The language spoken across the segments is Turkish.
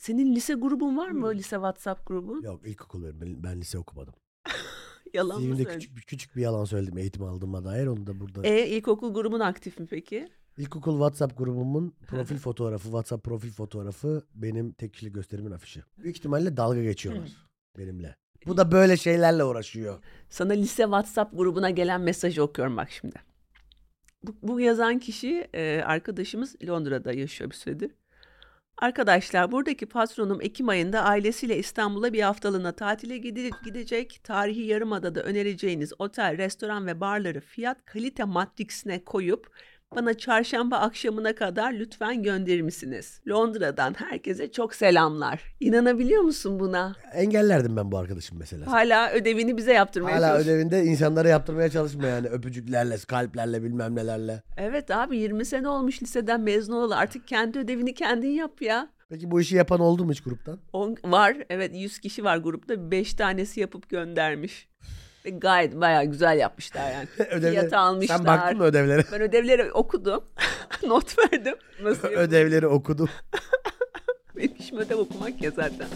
Senin lise grubun var mı? Lise WhatsApp grubun? Yok, ilkokul ben lise okumadım. Yalan mı CV'mde söyledin? küçük bir yalan söyledim eğitim aldığıma dair, onu da burada. İlkokul grubun aktif mi peki? İlkokul WhatsApp grubumun profil fotoğrafı, WhatsApp profil fotoğrafı benim tek kişilik gösterimin afişi. Büyük ihtimalle dalga geçiyorlar benimle. Bu da böyle şeylerle uğraşıyor. Sana lise WhatsApp grubuna gelen mesajı okuyorum bak şimdi. Bu yazan kişi arkadaşımız Londra'da yaşıyor bir süredir. Arkadaşlar, buradaki patronum Ekim ayında ailesiyle İstanbul'a bir haftalığına tatile gidecek. Tarihi Yarımada'da önereceğiniz otel, restoran ve barları fiyat kalite matriksine koyup bana çarşamba akşamına kadar lütfen gönderir misiniz? Londra'dan herkese çok selamlar. İnanabiliyor musun buna? Engellerdim ben bu arkadaşım mesela. Hala ödevini bize yaptırmaya Hala çalışıyor. ödevinde insanlara yaptırmaya çalışma yani, öpücüklerle, kalplerle, bilmem nelerle. Evet abi, 20 sene olmuş liseden mezun olalı. Artık kendi ödevini kendin yap ya. Peki bu işi yapan oldu mu hiç gruptan? Var, evet, 100 kişi var grupta. 5 tanesi yapıp göndermiş. Ve gayet bayağı güzel yapmışlar yani. Fiyatı almışlar. Sen baktın mı ödevlere? Ben ödevleri okudum. Not verdim. Nasıl yapayım? Ödevleri okudum. Benim işim ödev okumak ya zaten.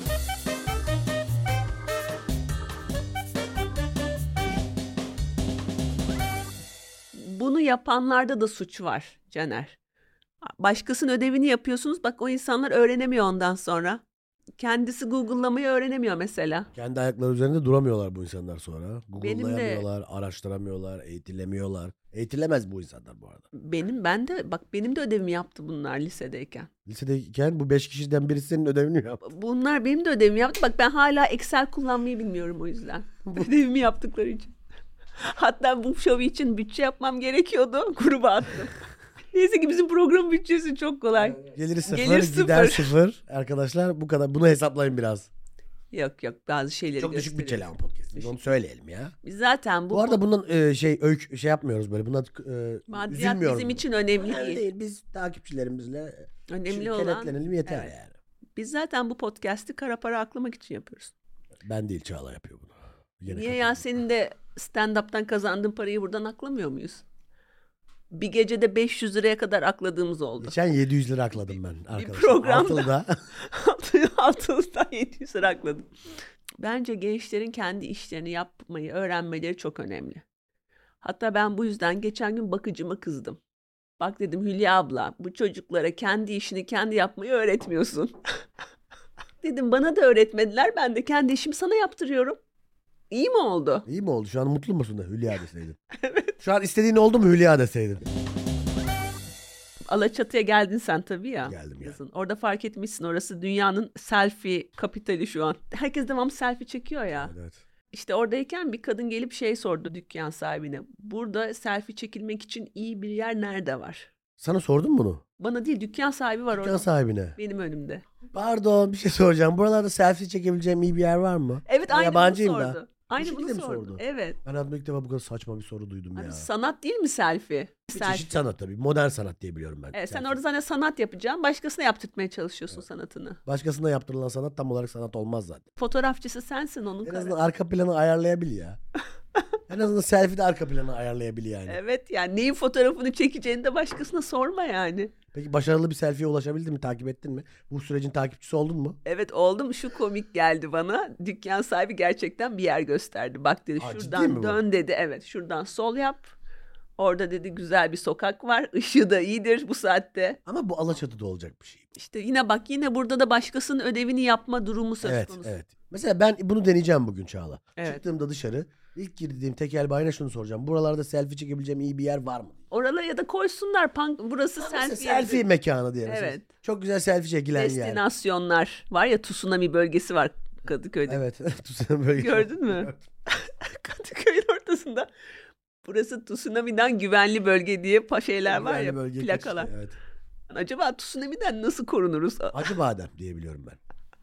Bunu yapanlarda da suç var Caner. Başkasının ödevini yapıyorsunuz. Bak, o insanlar öğrenemiyor ondan sonra. Kendisi Google'lamayı öğrenemiyor mesela. Kendi ayakları üzerinde duramıyorlar bu insanlar sonra. Benim de- Google'layamıyorlar, araştıramıyorlar, eğitilemiyorlar. Eğitilemez bu insanlar bu arada. Benim de ödevimi yaptı bunlar lisedeyken. Lisedeyken bu 5 kişiden birisi senin ödevini yaptı. Bunlar benim de ödevimi yaptı. Bak, ben hala Excel kullanmayı bilmiyorum o yüzden. Ödevimi yaptıkları için. Hatta bu şovu için bütçe yapmam gerekiyordu. Gruba attım. Neyse ki bizim program bütçesi çok kolay. Geliri sıfır, Gelir gider sıfır. sıfır. Arkadaşlar bu kadar. Bunu hesaplayın biraz. Yok, bazı şeyleri Çok düşük gösteriyor. bütçeli ama podcast. Biz onu söyleyelim ya. Biz zaten Bu arada bundan şey yapmıyoruz böyle. Bundan maddiyat üzülmüyoruz. bizim buna. için önemli Önemli değil. değil. Biz takipçilerimizle Önemli olan, kenetlenelim yeter evet. yani. Biz zaten bu podcast'i kara para aklamak için yapıyoruz. Ben değil, Çağla yapıyor bunu. Yine Niye ya, katıldım. senin de stand-up'tan kazandığın parayı buradan aklamıyor muyuz? Bir gecede 500 liraya kadar akladığımız oldu. Geçen 700 lira akladım ben arkadaşlar. programda. Altılı'da. Altımızdan 700 lira akladım. Bence gençlerin kendi işlerini yapmayı öğrenmeleri çok önemli. Hatta ben bu yüzden geçen gün bakıcıma kızdım. Bak dedim, Hülya abla, bu çocuklara kendi işini kendi yapmayı öğretmiyorsun. Dedim, bana da öğretmediler, ben de kendi işimi sana yaptırıyorum. İyi mi oldu? İyi mi oldu? Şu an mutlu musun da Hülya deseydin? Evet. Şu an istediğin oldu mu Hülya deseydin? Alaçatı'ya geldin sen tabii ya. Geldim ya. Yazın. Orada fark etmişsin, orası dünyanın selfie kapitali şu an. Herkes devamlı selfie çekiyor ya. Evet. İşte oradayken bir kadın gelip sordu dükkan sahibine. Burada selfie çekilmek için iyi bir yer nerede var? Sana sordum mu bunu? Bana değil, dükkan sahibi var Dükkan orada. sahibine. Benim önümde. Pardon, bir şey soracağım. Buralarda selfie çekebileceğim iyi bir yer var mı? Evet, Ben aynı yabancıyım bunu da. sordu. Aynı şekilde bunu mi sordu. sordu? Evet. Ben hayatımda ilk defa bu kadar saçma bir soru duydum Abi, ya. sanat değil mi selfie? Bir çeşit sanat tabii. Modern sanat diye biliyorum ben. Evet, sen Selfie. orada zaten sanat yapacaksın. Başkasına yaptırtmaya çalışıyorsun sanatını. Başkasına yaptırılan sanat tam olarak sanat olmaz zaten. Fotoğrafçısı sensin onun. En azından arka planı ayarlayabil ya. En azından selfie'de arka planı ayarlayabil yani. Evet, yani neyin fotoğrafını çekeceğini de başkasına sorma yani. Peki başarılı bir selfie'ye ulaşabildin mi? Takip ettin mi? Bu sürecin takipçisi oldun mu? Evet, oldum. Şu komik geldi bana. Dükkan sahibi gerçekten bir yer gösterdi. Bak dedi, Aa, ciddi mi şuradan bu? dön dedi. Evet, şuradan sol yap. Orada dedi güzel bir sokak var. Işığı da iyidir bu saatte. Ama bu Alaçatı'da olacak bir şey. İşte yine burada da başkasının ödevini yapma durumu söz Evet, konusu. evet. Mesela ben bunu deneyeceğim bugün Çağla. Evet. Çıktığımda dışarı ilk girdiğim tekel bayine şunu soracağım. Buralarda selfie çekebileceğim iyi bir yer var mı? Oralara ya da koysunlar burası Mesela selfie. selfie mekanı diye mesela. Evet. Çok güzel selfie çekilen yer. Destinasyonlar var ya, tsunami bölgesi var Kadıköy'de. Evet. Tsunami bölgesi. Gördün mü? Kadıköy'ün ortasında. Burası tsunami'den güvenli bölge diye şeyler var ya, Güvenli bölge plakalar. geçişi, evet. Acaba tsunami'den nasıl korunuruz? Acıbadem diye biliyorum ben.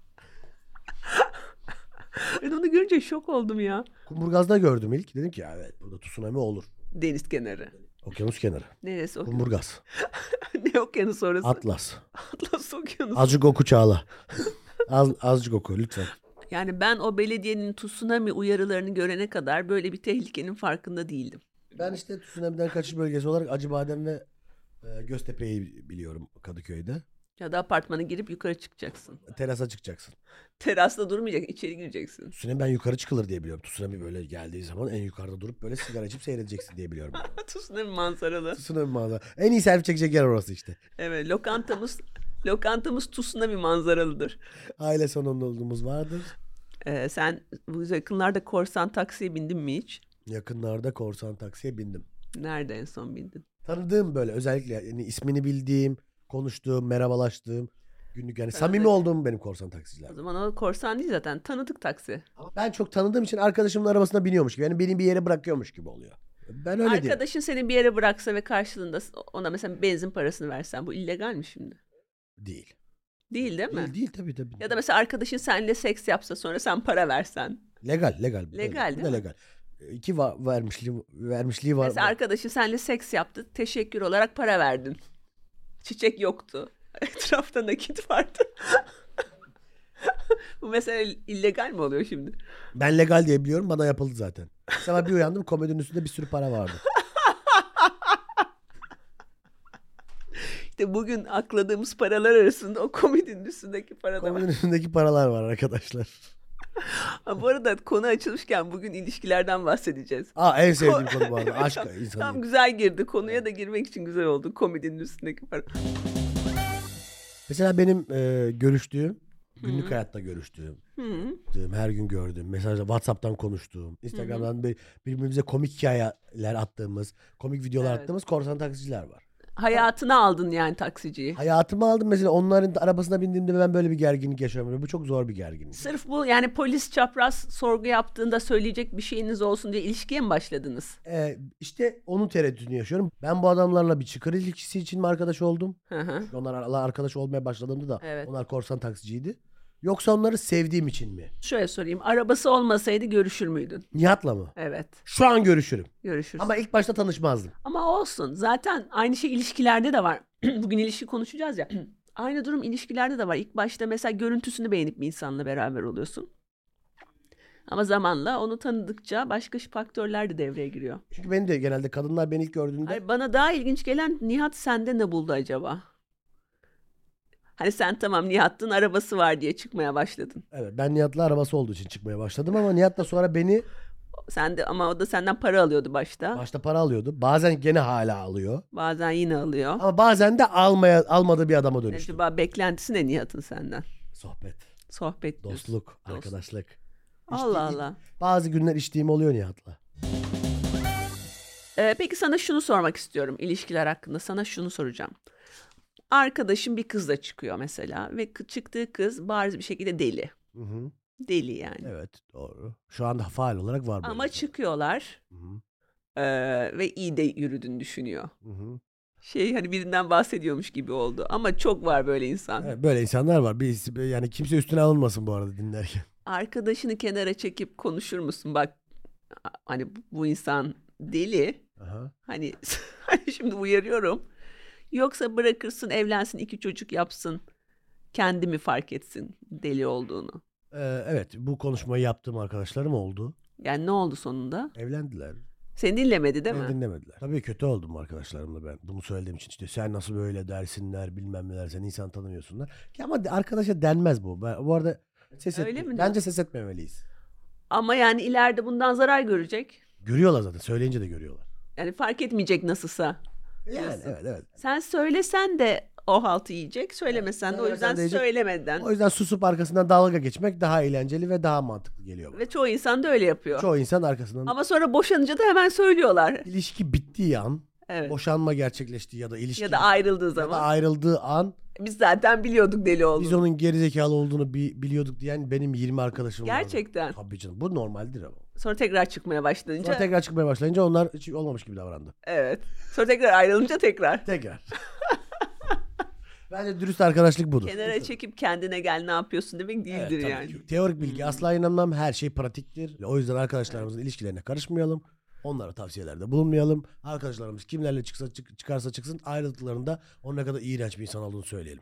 Ben onu görünce şok oldum ya. Kumburgaz'da gördüm ilk. Dedim ki ya evet, burada tsunami olur. Deniz kenarı. Okyanus kenarı. Neresi okyanus? Kumburgaz. Ne okyanus orası? Atlas. Atlas okyanus. Azıcık oku Çağla. Azıcık oku lütfen. Yani ben o belediyenin tsunami uyarılarını görene kadar böyle bir tehlikenin farkında değildim. Ben işte tsunami'den kaçış bölgesi olarak Acıbadem ve Göztepe'yi biliyorum Kadıköy'de. Ya da apartmana girip yukarı çıkacaksın. Terasa çıkacaksın. Terasta durmayacak, içeri gireceksin. Tsunami ben yukarı çıkılır diye biliyorum. Tsunami böyle geldiği zaman en yukarıda durup böyle sigara içip seyredeceksin diye biliyorum. Tsunami manzaralı. Tsunami manzara. En iyi selfie çekecek yer orası işte. Evet, lokantamız tsunami manzaralıdır. Aile salonunda olduğumuz vardır. Sen bu yakınlarda korsan taksiye bindin mi hiç? Yakınlarda korsan taksiye bindim. Nerede en son bindin? Tanıdığım böyle özellikle yani ismini bildiğim, konuştuğum, merhabalaştığım, günlük yani samimi olduğum benim korsan taksiciler. O zaman o korsan değil zaten, tanıdık taksi. Ben çok tanıdığım için arkadaşımın arabasına biniyormuş gibi. Yani beni bir yere bırakıyormuş gibi oluyor. Ben öyle değilim. Arkadaşın seni bir yere bıraksa ve karşılığında ona mesela benzin parasını versen, bu illegal mi şimdi? Değil. Değil mi? Değil tabii. Ya da mesela arkadaşın seninle seks yapsa sonra sen para versen. Legal. Legal Bu değil da mi? legal. İki vermişliği var. Mesela arkadaşın seninle seks yaptı, teşekkür olarak para verdin. Çiçek yoktu. Etrafta nakit vardı. Bu mesela illegal mi oluyor şimdi? Ben legal diye biliyorum, bana yapıldı zaten. Sabah bir uyandım, komodinin üstünde bir sürü para vardı. İşte bugün akladığımız paralar arasında o komedinin üstündeki para da var. Komodinin üstündeki paralar var arkadaşlar. Ha, bu arada konu açılmışken bugün ilişkilerden bahsedeceğiz. En sevdiğim konu bu arada. Aşk Tam insanı. güzel girdi. Konuya da girmek için güzel oldu. Komedinin üstündeki para. Mesela benim görüştüğüm, günlük hayatta görüştüğüm, Hı. her gün gördüğüm, mesajla WhatsApp'tan konuştuğum, Instagram'dan birbirimize komik hikayeler attığımız, komik videolar Evet. attığımız korsan taksiciler var. Hayatına aldın yani taksiciyi. Hayatımı aldım mesela, onların arabasına bindiğimde ben böyle bir gerginlik yaşıyorum. Bu çok zor bir gerginlik. Sırf bu yani polis çapraz sorgu yaptığında söyleyecek bir şeyiniz olsun diye ilişkiye mi başladınız? İşte onun tereddütünü yaşıyorum. Ben bu adamlarla bir çıkar ilişkisi için mi arkadaş oldum? Hı hı. Onlarla arkadaş olmaya başladığımda da Evet. onlar korsan taksiciydi. Yoksa onları sevdiğim için mi? Şöyle sorayım. Arabası olmasaydı görüşür müydün? Nihat'la mı? Evet. Şu an görüşürüm. Görüşürsün. Ama ilk başta tanışmazdım. Ama olsun. Zaten aynı şey ilişkilerde de var. Bugün ilişki konuşacağız ya. Aynı durum ilişkilerde de var. İlk başta mesela görüntüsünü beğenip bir insanla beraber oluyorsun. Ama zamanla onu tanıdıkça başka faktörler de devreye giriyor. Çünkü beni de genelde kadınlar beni ilk gördüğünde Hayır, bana daha ilginç gelen Nihat sende ne buldu acaba? Hani sen tamam Nihat'ın arabası var diye çıkmaya başladın. evet, ben Nihat'la arabası olduğu için çıkmaya başladım ama Nihat da sonra beni Sen de ama o da senden para alıyordu başta. başta para alıyordu. Bazen gene hala alıyor. Bazen yine alıyor. Ama bazen de almadığı bir adama dönüştü. Acaba beklentisi ne Nihat'ın senden? Sohbet, Sohbet diyorsun. dostluk, arkadaşlık. Allah Allah. Bazı günler içtiğim oluyor Nihat'la. Peki sana şunu sormak istiyorum ilişkiler hakkında. Sana şunu soracağım. Arkadaşım bir kızla çıkıyor mesela ve çıktığı kız bariz bir şekilde deli. Hı hı. Deli yani. Evet, doğru. Şu anda faal olarak var böyle. Ama çıkıyorlar Hı hı. ve iyi de yürüdüğünü düşünüyor. Hı hı. Hani birinden bahsediyormuş gibi oldu. Ama çok var böyle insan. Evet, böyle insanlar var. Yani kimse üstüne alınmasın bu arada dinlerken. Arkadaşını kenara çekip konuşur musun? Bak hani bu insan deli. Aha. Hani şimdi uyarıyorum. Yoksa bırakırsın evlensin 2 çocuk yapsın. Kendi mi fark etsin deli olduğunu? Evet, bu konuşmayı yaptığım arkadaşlarım oldu. Yani ne oldu sonunda? Evlendiler. Seni dinlemedi değil Beni mi? dinlemediler. Tabii kötü oldum arkadaşlarımla ben. Bunu söylediğim için işte sen nasıl böyle dersinler bilmem neler, sen insan tanımıyorsunlar. Ki ama arkadaşa denmez bu. Bu arada Öyle mi? bence ses etmemeliyiz. Ama yani ileride bundan zarar görecek. Görüyorlar zaten. Söyleyince de görüyorlar. Yani fark etmeyecek nasılsa. Yani evet. Sen söylesen de o haltı yiyecek. Söylemesen de o Söylemesen yüzden de yiyecek. söylemeden. O yüzden susup arkasından dalga geçmek daha eğlenceli ve daha mantıklı geliyor bana. Ve çoğu insan da öyle yapıyor. Çoğu insan arkasından Ama sonra boşanınca da hemen söylüyorlar. ilişki bittiği an, Evet. boşanma gerçekleştiği ya da ilişki Ya da ayrıldığı ya da zaman. ayrıldığı an Biz zaten biliyorduk deli olduğunu. biz onun gerizekalı olduğunu biliyorduk diyen benim 20 arkadaşım vardı. Gerçekten. Tabii canım. Bu normaldir ama. Sonra tekrar çıkmaya başlayınca. Sonra tekrar çıkmaya başlayınca onlar hiç olmamış gibi davrandı. Evet. Sonra tekrar ayrılınca tekrar. Tekrar. Bence dürüst arkadaşlık budur. Kenara çekip kendine gel ne yapıyorsun demek Evet, değildir tabii yani. ki. Teorik bilgi asla inanmam. Her şey pratiktir. O yüzden arkadaşlarımızın ilişkilerine karışmayalım. Onlara tavsiyelerde bulunmayalım. Arkadaşlarımız kimlerle çıkarsa çıksın ayrıldıklarında onun ne kadar iğrenç bir insan olduğunu söyleyelim.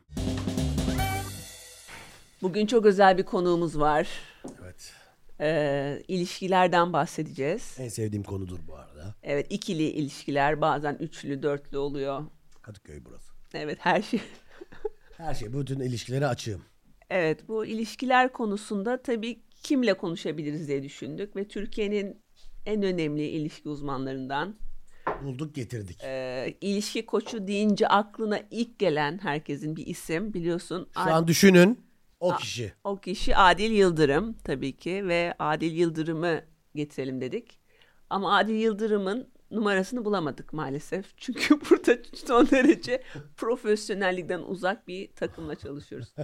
Bugün çok özel bir konuğumuz var. Evet. İlişkilerden bahsedeceğiz. En sevdiğim konudur bu arada. Evet, ikili ilişkiler bazen üçlü, dörtlü oluyor. Kadıköy burası. Evet, her şey Her şey, bütün ilişkilere açığım. Evet, bu ilişkiler konusunda tabii kimle konuşabiliriz diye düşündük ve Türkiye'nin en önemli ilişki uzmanlarından, Bulduk getirdik. ilişki koçu deyince aklına ilk gelen herkesin bir isim biliyorsun. Şu an düşünün o kişi. O kişi Adil Yıldırım tabii ki ve Adil Yıldırım'ı getirelim dedik. Ama Adil Yıldırım'ın numarasını bulamadık maalesef. Çünkü burada son derece profesyonellikten uzak bir takımla çalışıyoruz.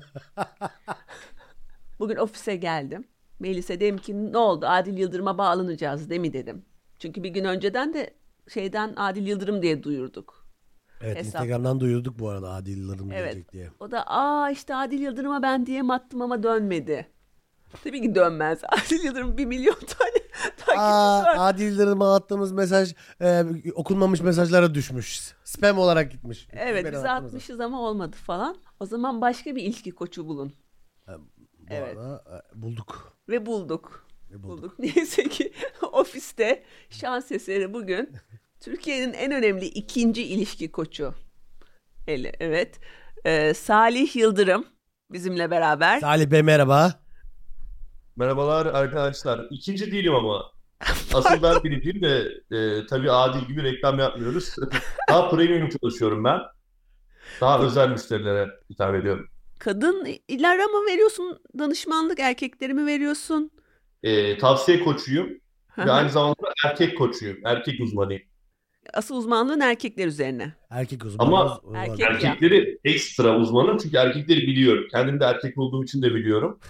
Bugün ofise geldim. Melis'e dedim ki ne oldu, Adil Yıldırım'a bağlanacağız değil mi dedim. Çünkü bir gün önceden de Adil Yıldırım diye duyurduk. Evet, Hesap. Instagram'dan duyurduk bu arada Adil Yıldırım Evet. gelecek diye. O da işte Adil Yıldırım'a ben DM attım ama dönmedi. Tabii ki dönmez. Adil Yıldırım 1 milyon tane takipçisi var. Adil Yıldırım'a attığımız mesaj okunmamış mesajlara düşmüş. Spam olarak gitmiş. Evet, Benim biz attığımız- atmışız ama olmadı falan. O zaman başka bir ilişki koçu bulun. Bu arada bulduk. Ve bulduk. Ve bulduk. Neyse ki ofiste şans eseri bugün Türkiye'nin en önemli ikinci ilişki koçu. Evet. Salih Yıldırım bizimle beraber. Salih Bey merhaba. Merhabalar arkadaşlar. İkinci değilim ama. Asıl ben birinciyim de tabii Adil gibi reklam yapmıyoruz. Daha premium çalışıyorum ben. Daha özel müşterilere hitap ediyorum. Kadınlara mı veriyorsun danışmanlık, erkekleri mi veriyorsun? Tavsiye koçuyum Hı ve hı. aynı zamanda erkek koçuyum. Erkek uzmanıyım. Asıl uzmanlığın erkekler üzerine. Erkek uzmanı. Ama Erkek ya. erkekleri ekstra uzmanım çünkü erkekleri biliyorum. Kendim de erkek olduğum için de biliyorum.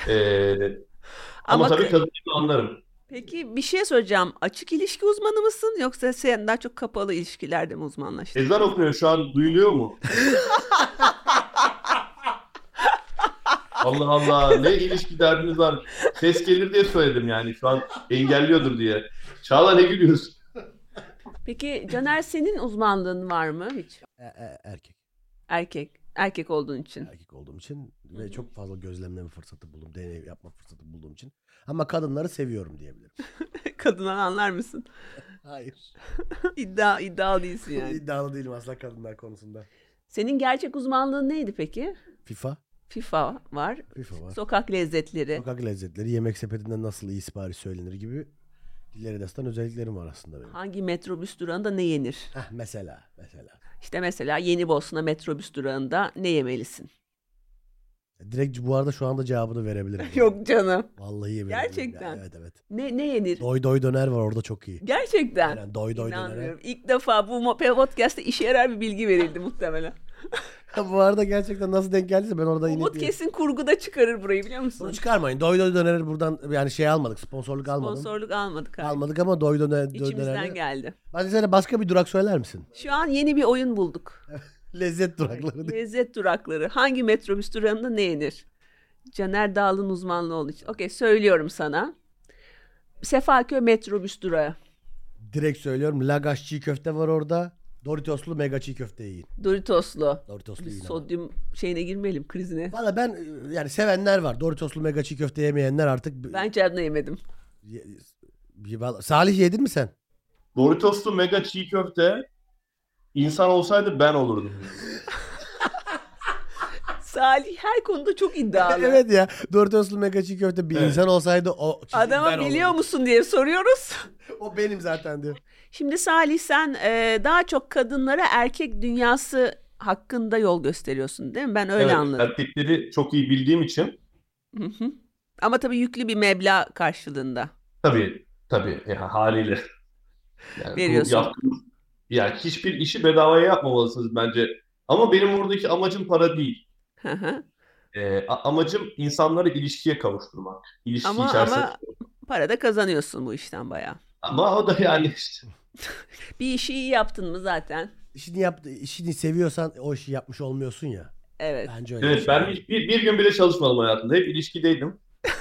Ama tabii kadınları anlarım. Peki bir şey soracağım. Açık ilişki uzmanı mısın yoksa sen daha çok kapalı ilişkilerde mi uzmanlaştın? Ezan okuyor şu an, duyuluyor mu? Allah Allah, ne ilişki derdiniz var. Ses gelir diye söyledim yani, şu an engelliyordur diye. Çağla, ne gülüyorsun? Peki Caner, senin uzmanlığın var mı hiç? Erkek. Erkek olduğun için. Erkek olduğum için ve çok fazla gözlemleme fırsatı buldum. Deney yapma fırsatı bulduğum için. Ama seviyorum diyebilirim. Kadından anlar mısın? Hayır. İddialı değilsin yani. İddialı değilim asla kadınlar konusunda. Senin gerçek uzmanlığın neydi peki? FIFA FIFA var. var. Sokak lezzetleri. Sokak lezzetleri, yemek sepetinden nasıl iyi sipariş söylenir gibi dillere destan özelliklerim var aslında benim. Hangi metrobüs durağında ne yenir? Mesela. İşte mesela Yenibosna metrobüs durağında ne yemelisin? Direkt bu arada şu anda cevabını verebilirim. Yok canım. Vallahi verebilirim. Gerçekten. Ya, evet. Ne yenir? Doy döner var orada, çok iyi. Gerçekten. Aynen, doy dönere. İnanmıyorum. İlk defa bu podcast'ta işe yarar bir bilgi verildi muhtemelen. Bu arada gerçekten nasıl denk geldiyse ben orada Umut yine... kesin kurguda çıkarır burayı, biliyor musun? Bunu çıkarmayın. Doy döner buradan yani almadık. Sponsorluk almadım. Sponsorluk almadık. Hayır. Almadık ama doy döner. İçimizden geldi. Ben sana başka bir durak söyler misin? Şu an yeni bir oyun bulduk. Lezzet durakları. Lezzet durakları. Hangi metrobüs durağında ne yenir? Caner Dağlı'nın uzmanlığı olduğu için. Okey, söylüyorum sana. Sefaköy metrobüs durağı. Direkt söylüyorum. Lagaş çiğ köfte var orada. Doritoslu mega çiğ köfte yiyin. Doritoslu. Doritoslu yiyin. Sodyum şeyine girmeyelim, krizine. Valla ben yani sevenler var. Doritoslu mega çiğ köfte yemeyenler artık... Ben canına yemedim. Salih yedin mi sen? Doritoslu mega çiğ köfte, insan olsaydı ben olurdum. Salih her konuda çok iddialı. Evet ya. Doritoslu mega çiğ köfte bir insan olsaydı o kişi Adama ben biliyor olurdum. musun diye soruyoruz. O benim zaten diyor. Şimdi Salih, sen daha çok kadınlara erkek dünyası hakkında yol gösteriyorsun değil mi? Ben öyle Evet, anladım. erkekleri çok iyi bildiğim için Hı hı. Ama tabii yüklü bir meblağ karşılığında tabii ya, haliyle. Yani veriyorsun. yani hiçbir işi bedavaya yapmamalısınız bence. Ama benim buradaki amacım para değil. Hı hı. Amacım insanları ilişkiye kavuşturmak. İlişki Ama içerisinde. para da kazanıyorsun bu işten bayağı. Ama o da yani işte. Bir işi iyi yaptın mı zaten? İşini seviyorsan o işi yapmış olmuyorsun ya. Evet. Bence öyle. Evet, ben bir gün bile çalışmadım hayatımda. Hep ilişkideydim.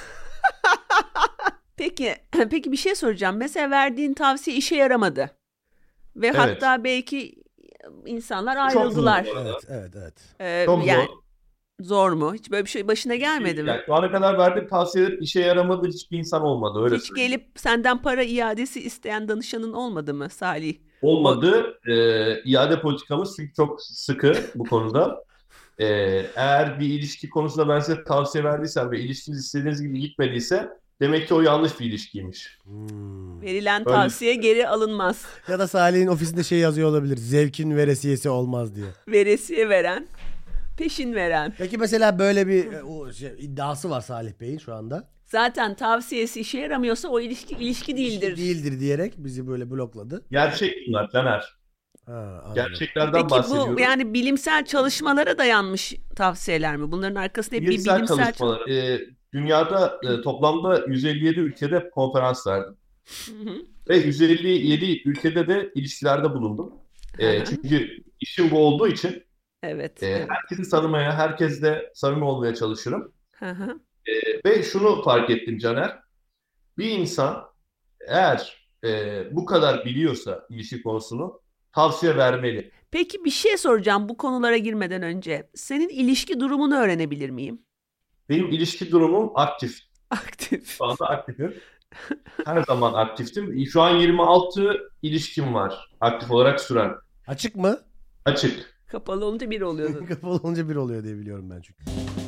Peki bir şey soracağım. Mesela verdiğin tavsiye işe yaramadı. Ve Evet. hatta belki insanlar Çok ayrıldılar. zor bu arada. Evet. Çok Yani zor. zor mu? Hiç böyle bir şey başına gelmedi mi? Yani şu ana kadar verdiğim tavsiyeler işe yaramadı, hiçbir insan olmadı. Öyle Hiç söyleyeyim. gelip senden para iadesi isteyen danışanın olmadı mı Salih? Olmadı. İade politikamız çünkü çok sıkı bu konuda. Eğer bir ilişki konusunda ben size tavsiye verdiysem ve ilişkiniz istediğiniz gibi gitmediyse demek ki o yanlış bir ilişkiymiş. Verilen Öyle. tavsiye geri alınmaz. Ya da Salih'in ofisinde şey yazıyor olabilir. Zevkin veresiyesi olmaz diye. Veresiye veren, peşin veren. Peki mesela böyle bir iddiası var Salih Bey'in şu anda. Zaten tavsiyesi işe yaramıyorsa o ilişki değildir. Değildir diyerek bizi böyle blokladı. Gerçek bunlar Caner. Anladım. Gerçeklerden Peki bahsediyorum. bu yani bilimsel çalışmalara dayanmış tavsiyeler mi? Bunların arkasında hep bir Bilimsel bilimsel çalışmalar. Dünyada toplamda 157 ülkede konferans verdim. Hı. Ve 157 ülkede de ilişkilerde bulundum. Hı. Çünkü işim bu olduğu için Evet. herkesi tanımaya, herkesle samimi olmaya çalışırım. Hı. Ve şunu fark ettim Caner. Bir insan eğer bu kadar biliyorsa ilişki konusunu tavsiye vermeli. Peki bir şey soracağım bu konulara girmeden önce. Senin ilişki durumunu öğrenebilir miyim? Benim ilişki durumum aktif. Aktif. Şu anda aktifim. Her zaman aktiftim. Şu an 26 ilişkim var aktif olarak süren. Açık mı? Açık. Kapalı olunca bir oluyordu. Kapalı olunca bir oluyor diye biliyorum ben çünkü.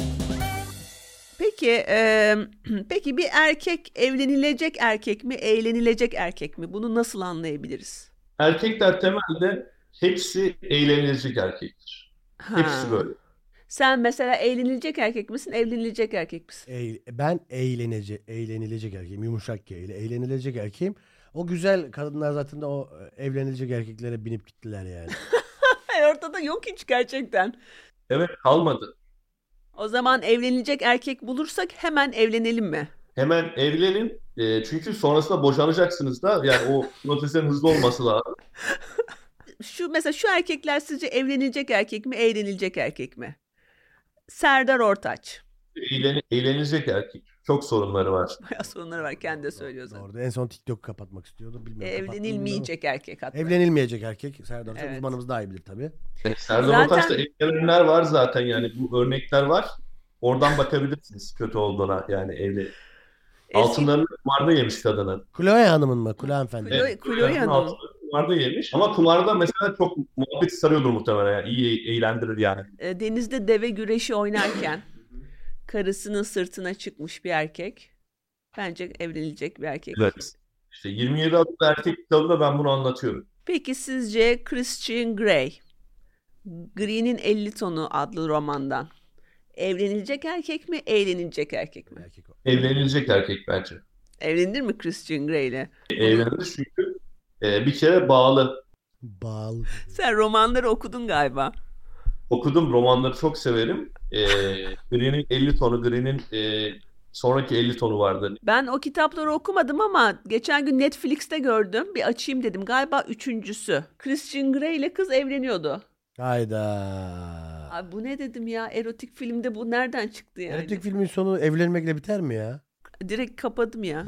Peki bir erkek evlenilecek erkek mi, eğlenilecek erkek mi? Bunu nasıl anlayabiliriz? Erkekler temelde hepsi eğlenilecek erkektir. Hepsi böyle. Sen mesela eğlenilecek erkek misin, evlenilecek erkek misin? Ben eğlenilecek erkeğim. Yumuşak G ile eğlenilecek erkeğim. O güzel kadınlar zaten de o evlenilecek erkeklere binip gittiler yani. Ortada yok hiç gerçekten. Evet, kalmadı. O zaman evlenilecek erkek bulursak hemen evlenelim mi? Hemen evlenin. Çünkü sonrasında boşanacaksınız da. Yani o prosesin hızlı olması lazım. Mesela şu erkekler sizce evlenilecek erkek mi, eğlenilecek erkek mi? Serdar Ortaç. Eğlenilecek erkek. Çok sorunları var. Bayağı sorunları var, kendi de söylüyor zaten. Orada en son TikTok kapatmak istiyordu. Bilmiyorum, Evlenilmeyecek erkek hatta. Evlenilmeyecek erkek. Serdar Evet. uzmanımız daha iyi bilir tabii. Serdar Zaten- Ortaç'ta evlenenler var zaten yani bu örnekler var. Oradan bakabilirsiniz kötü olduğuna yani evli. Altınlarını kumarda yemiş kadının. Chloe Hanım'ın mı? Chloe hanımefendi. Chloe Hanım. Altınlarını kumarda yemiş. Ama kumarda mesela çok muhabbet sarıyordur muhtemelen. Yani. İyi eğlendirir yani. Denizde deve güreşi oynarken karısının sırtına çıkmış bir erkek. Bence evlenilecek bir erkek. Evet. İşte 27 adlı erkek kitabında ben bunu anlatıyorum. Peki sizce Christian Grey, Green'in 50 Tonu adlı romandan evlenilecek erkek mi, eğlenilecek erkek mi? Erkek o. Evlenilecek erkek bence. Evlenir mi Christian Grey ile? Evlenir çünkü bir kere bağlı. Bağlı. Sen romanları okudun galiba. Okudum, romanları çok severim. Green'in 50 tonu, Green'in sonraki 50 tonu vardı. Ben o kitapları okumadım ama geçen gün Netflix'te gördüm. Bir açayım dedim. Galiba üçüncüsü. Christian Grey ile kız evleniyordu. Hayda. Abi bu ne dedim ya? Erotik filmde bu nereden çıktı yani? Erotik filmin sonu evlenmekle biter mi ya? Direkt kapadım ya.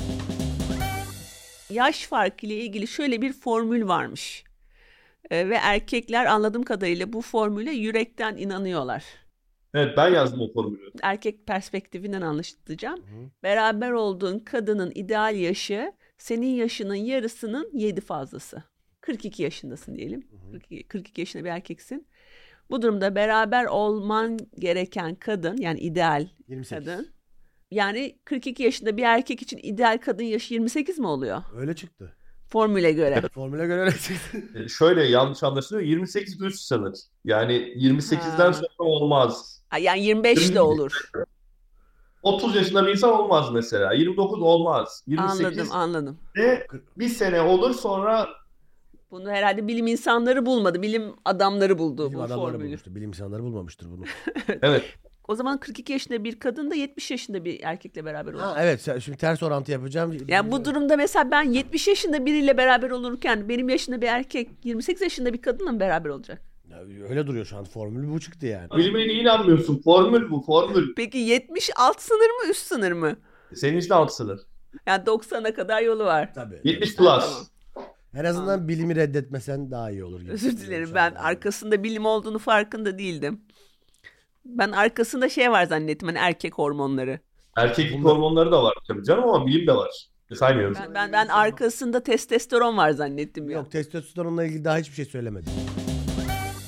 Yaş farkı ile ilgili şöyle bir formül varmış. Ve erkekler anladığım kadarıyla bu formüle yürekten inanıyorlar. Evet, ben yazdım o formülü. Erkek perspektifinden anlatacağım. Beraber olduğun kadının ideal yaşı senin yaşının yarısının 7 fazlası. 42 yaşındasın diyelim. 42 yaşında bir erkeksin. Bu durumda beraber olman gereken kadın, yani ideal 28. kadın. Yani 42 yaşında bir erkek için ideal kadın yaşı 28 mi oluyor? Öyle çıktı. Formüle göre. Formüle göre öyle çıktı. Şöyle yanlış anlaşılıyor. 28 üst sınır. Yani 28'den Ha. sonra olmaz. Yani 25 de olur. 30 yaşında bir insan olmaz mesela. 29 olmaz. 28 Anladım. de bir sene olur sonra Bunu herhalde bilim insanları bulmadı. Bilim adamları buldu Bilim bu adamları formülü. bulmuştur. Bilim insanları bulmamıştır bunu. evet. O zaman 42 yaşında bir kadın da 70 yaşında bir erkekle beraber olur. Ha, evet, şimdi ters orantı yapacağım. Yani bu durumda mesela ben 70 yaşında biriyle beraber olurken benim yaşında bir erkek 28 yaşında bir kadınla mı beraber olacak? Ya, öyle duruyor şu an. Formül bu çıktı yani. Bilime niye inanmıyorsun? Formül bu, formül. Peki 70 alt sınır mı üst sınır mı? Senin için alt sınır. Yani 90'a kadar yolu var. Tabii. 70 plus. Tamam. En azından bilimi reddetmesen daha iyi olur gibi. Özür dilerim, ben arkasında bilim olduğunu farkında değildim. Ben arkasında şey var zannettim, hani erkek hormonları. Erkeklik hormonları da var tabii canım ama bilim de var. Saymıyoruz. Ben arkasında testosteron var zannettim ya. Yok, testosteronla ilgili daha hiçbir şey söylemedim.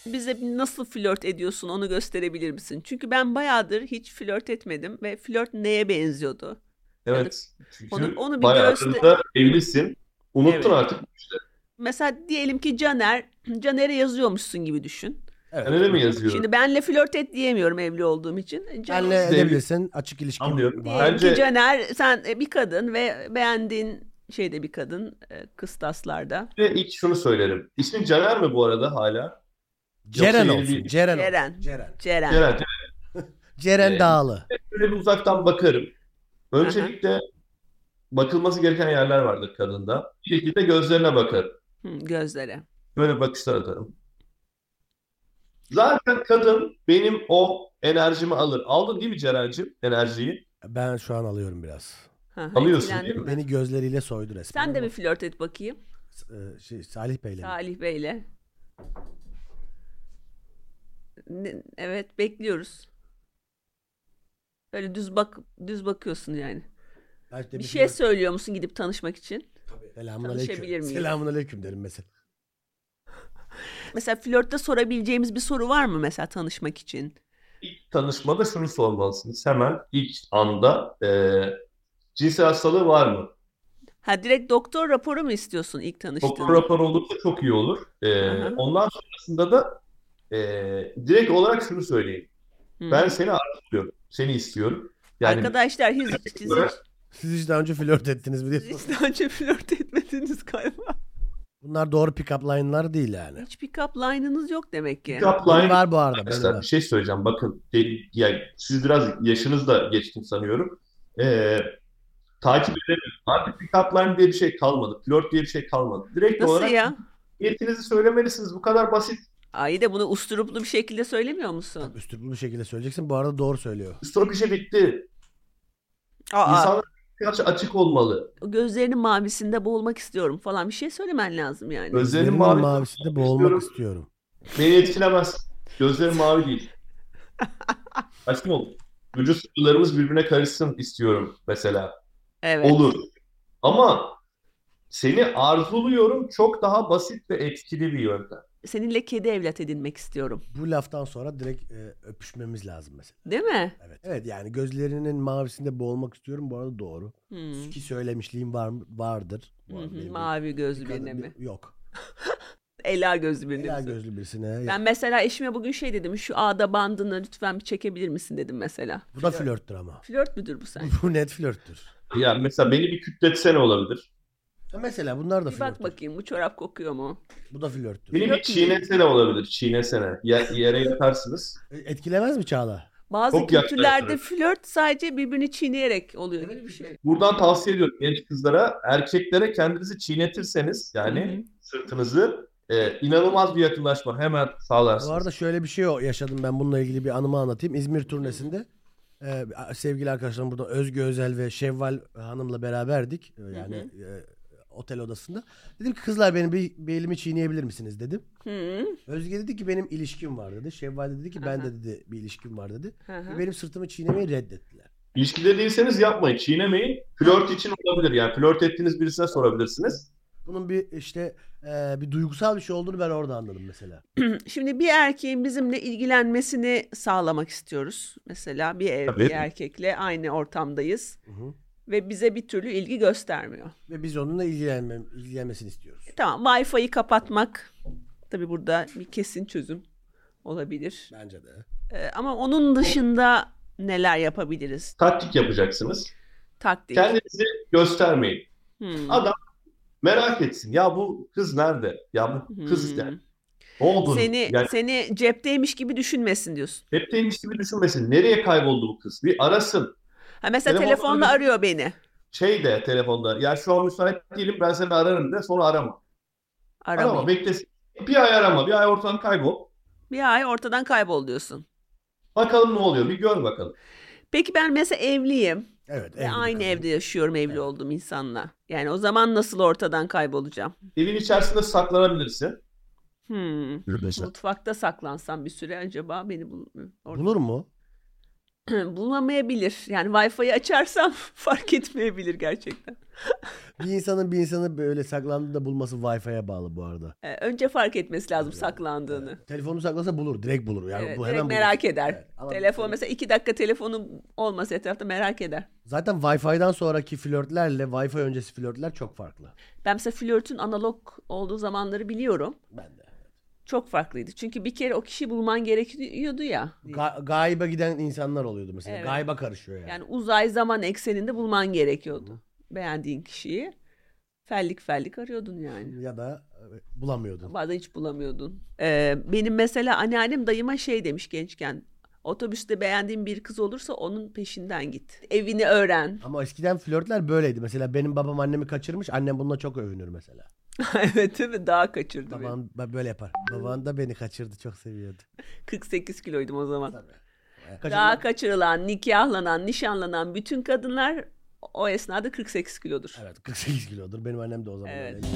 bize nasıl flört ediyorsun onu gösterebilir misin? Çünkü ben bayağıdır hiç flört etmedim ve flört neye benziyordu? Ya da Evet. Çünkü onu bir bayağıdır da evlisin. Unuttun Evet. artık. Mesela diyelim ki Caner'e yazıyormuşsun gibi düşün. Evet. Öyle mi yazıyorum? Şimdi benle flört et diyemiyorum evli olduğum için. Benle Size edebilirsin. Açık ilişkin Anlıyorum. var. Diyelim ki Bence- Caner sen bir kadın ve beğendiğin şeyde bir kadın kıstaslarda. Ve ilk şunu söylerim. İsmin Caner mi bu arada hala? Ceren yeni olsun. bir- Ceren Ceren. olsun. Ceren. Ceren. Ceren. Ceren Dağlı. Şöyle bir uzaktan bakarım. Öncelikle bakılması gereken yerler vardır kadında. Bir şekilde gözlerine bakarım. Gözlere. Böyle bakışlar atarım. Zaten kadın benim o enerjimi alır. Aldın değil mi Ceren'cim enerjiyi? Ben şu an alıyorum biraz. Alıyorsun Etkilendin değil mi? mi? Beni gözleriyle soydu resmen. Sen de ama, bir flört et bakayım. Salih Bey'le mi? Salih Bey'le. Evet bekliyoruz. Böyle düz bakıyorsun yani. Belki de Bir şey flört- söylüyor musun gidip tanışmak için? Selamünaleyküm. Tanışabilir miyiz? Selamünaleyküm derim mesela. Mesela flörtte sorabileceğimiz bir soru var mı mesela tanışmak için? İlk tanışmada şunu sormalısınız. Hemen ilk anda cinsel hastalığı var mı? Ha direkt doktor raporu mu istiyorsun ilk Doktor tanıştığında? raporu olursa çok iyi olur. Hı. Ondan sonrasında da direkt olarak şunu söyleyeyim. Hı. Ben seni arzuluyorum. Seni istiyorum. Yani Arkadaşlar siz Siz hiç daha önce flört ettiniz biliyorsunuz. hiç daha önce flört etmediniz galiba. Bunlar doğru pick-up line'lar değil yani. Hiç pick-up line'ınız yok demek ki. pick-up Benim line var bu arada. Benim arkadaşlar bir var. şey söyleyeceğim. Bakın yani siz biraz yaşınız da geçkin sanıyorum. Takip edemiyorum. Artık pick-up line diye bir şey kalmadı. Flört diye bir şey kalmadı. Direkt Nasıl olarak ya? niyetinizi söylemelisiniz. Bu kadar basit. Ay de bunu usturuplu bir şekilde söylemiyor musun? Üstluplu bir şekilde söyleyeceksin. Bu arada doğru söylüyor. Stop işi bitti. Aa, İnsanlar karşı açık olmalı. gözlerinin mavisinde boğulmak istiyorum falan bir şey söylemen lazım yani. Gözlerin Gözlerimin mavi mavisinde boğulmak istiyorum. beni etkilemez. Gözlerim mavi değil. Açık ol. Vücut sıvılarımız birbirine karışsın istiyorum mesela. Evet. Olur. Ama seni arzuluyorum çok daha basit ve etkili bir yöntem. Seninle kedi evlat edinmek istiyorum. Bu laftan sonra direkt öpüşmemiz lazım mesela. Değil mi? Evet. Evet yani gözlerinin mavisinde boğulmak istiyorum. Bu arada doğru. Hmm. Ki söylemişliğim vardır. Bu arada benim Mavi gözlü bir kadın- birine mi? Yok. Ela gözlü birine Ela mi? gözlü birisine. Ben mesela eşime bugün şey dedim. Şu ağda bandını lütfen bir çekebilir misin dedim mesela. Bu da flörttür ama. Flört müdür bu sen? Bu net flörttür. Yani mesela beni bir kütletsene olabilir. Mesela bunlar da Bir bak flörttür. bakayım bu çorap kokuyor mu? Bu da flörttür. Beni bir çiğnesene olabilir. Çiğnesene. Yere yatarsınız. Etkilemez mi Çağla? Bazı Çok kültürlerde yaklaştırır. flört sadece birbirini çiğneyerek oluyor gibi bir şey. Buradan tavsiye ediyorum genç kızlara. Erkeklere kendinizi çiğnetirseniz yani sırtınızı inanılmaz bir yakınlaşma hemen sağlarsınız. Bu arada şöyle bir şey yaşadım ben bununla ilgili bir anımı anlatayım. İzmir turnesinde sevgili arkadaşlarım burada Özgü Özel ve Şevval Hanım'la beraberdik. Yani otel odasında. Dedim ki kızlar benim bir elimi çiğneyebilir misiniz dedim. Hı. Özge dedi ki benim ilişkim var dedi. Şevval dedi ki ben de dedi bir ilişkim var dedi. Hı hı. Ve benim sırtımı çiğnemeyi reddettiler. İlişkide değilseniz yapmayın, çiğnemeyin. Flört için olabilir yani. Flört ettiğiniz birisine sorabilirsiniz. Bunun bir işte bir duygusal bir şey olduğunu ben orada anladım mesela. Şimdi bir erkeğin bizimle ilgilenmesini sağlamak istiyoruz. Mesela bir Tabii. erkekle aynı ortamdayız Hı hı. ve bize bir türlü ilgi göstermiyor. Ve biz onunla ilgilenmesini istiyoruz. Tamam, Wi-Fi'yi kapatmak tabii burada bir kesin çözüm olabilir. Bence de. Ama onun dışında neler yapabiliriz? Taktik yapacaksınız. Taktik. Kendinizi göstermeyin. Hmm. Adam merak etsin. Ya bu kız nerede? Ya bu kız Hmm. nerede? Ne oldu? Seni Yani seni cepteymiş gibi düşünmesin diyorsun. hepteymiş gibi düşünmesin. Nereye kayboldu bu kız? Bir arasın. Ha mesela Telefonla telefonla arıyor beni. Şey de telefonda. Ya şu an müsait değilim ben seni ararım de sonra arama. Arama Aramayın. beklesin. Bir ay arama. Bir ay ortadan kaybol. Bir ay ortadan kaybol diyorsun. Bakalım ne oluyor. Bir gör bakalım. Peki ben mesela evliyim Evet. ve evli bir aynı kadın. evde yaşıyorum evli olduğum insanla. Yani o zaman nasıl ortadan kaybolacağım? Evin içerisinde saklanabilirsin. Mutfakta saklansam bir süre acaba beni orada Bulur mu? Bulamayabilir. Yani Wi-Fi'yi açarsam fark etmeyebilir gerçekten. Bir insanı böyle saklandığında bulması Wi-Fi'ye bağlı bu arada. Önce fark etmesi lazım saklandığını. Telefonu saklasa bulur. Direkt bulur. Yani Evet, bu direkt hemen bulur. merak eder. Evet, ama Telefon mesela 2 dakika telefonu olmasa etrafta merak eder. zaten Wi-Fi'den sonraki flörtlerle Wi-Fi öncesi flörtler çok farklı. Ben mesela flörtün analog olduğu zamanları biliyorum. Ben de. Çok farklıydı. Çünkü bir kere o kişiyi bulman gerekiyordu ya. Gayba giden insanlar oluyordu mesela. Evet. Gayba karışıyor yani. Yani uzay zaman ekseninde bulman gerekiyordu. Beğendiğin kişiyi. Fellik fellik arıyordun yani. Ya da bulamıyordun. Bazen hiç bulamıyordun. Benim mesela anneannem dayıma şey demiş gençken. Otobüste beğendiğin bir kız olursa onun peşinden git. Evini öğren. Ama eskiden flörtler böyleydi. Mesela benim babam annemi kaçırmış. Annem bununla çok övünür mesela. Evet tabii daha kaçırdı beni. Babam böyle yapar. Baban da beni kaçırdı. Çok seviyordu. 48 kiloydum o zaman. Tabii. Daha kaçırılan, nikahlanan, nişanlanan bütün kadınlar o esnada 48 kilodur. Evet 48 kilodur. Benim annem de o zaman Evet. öyleydi.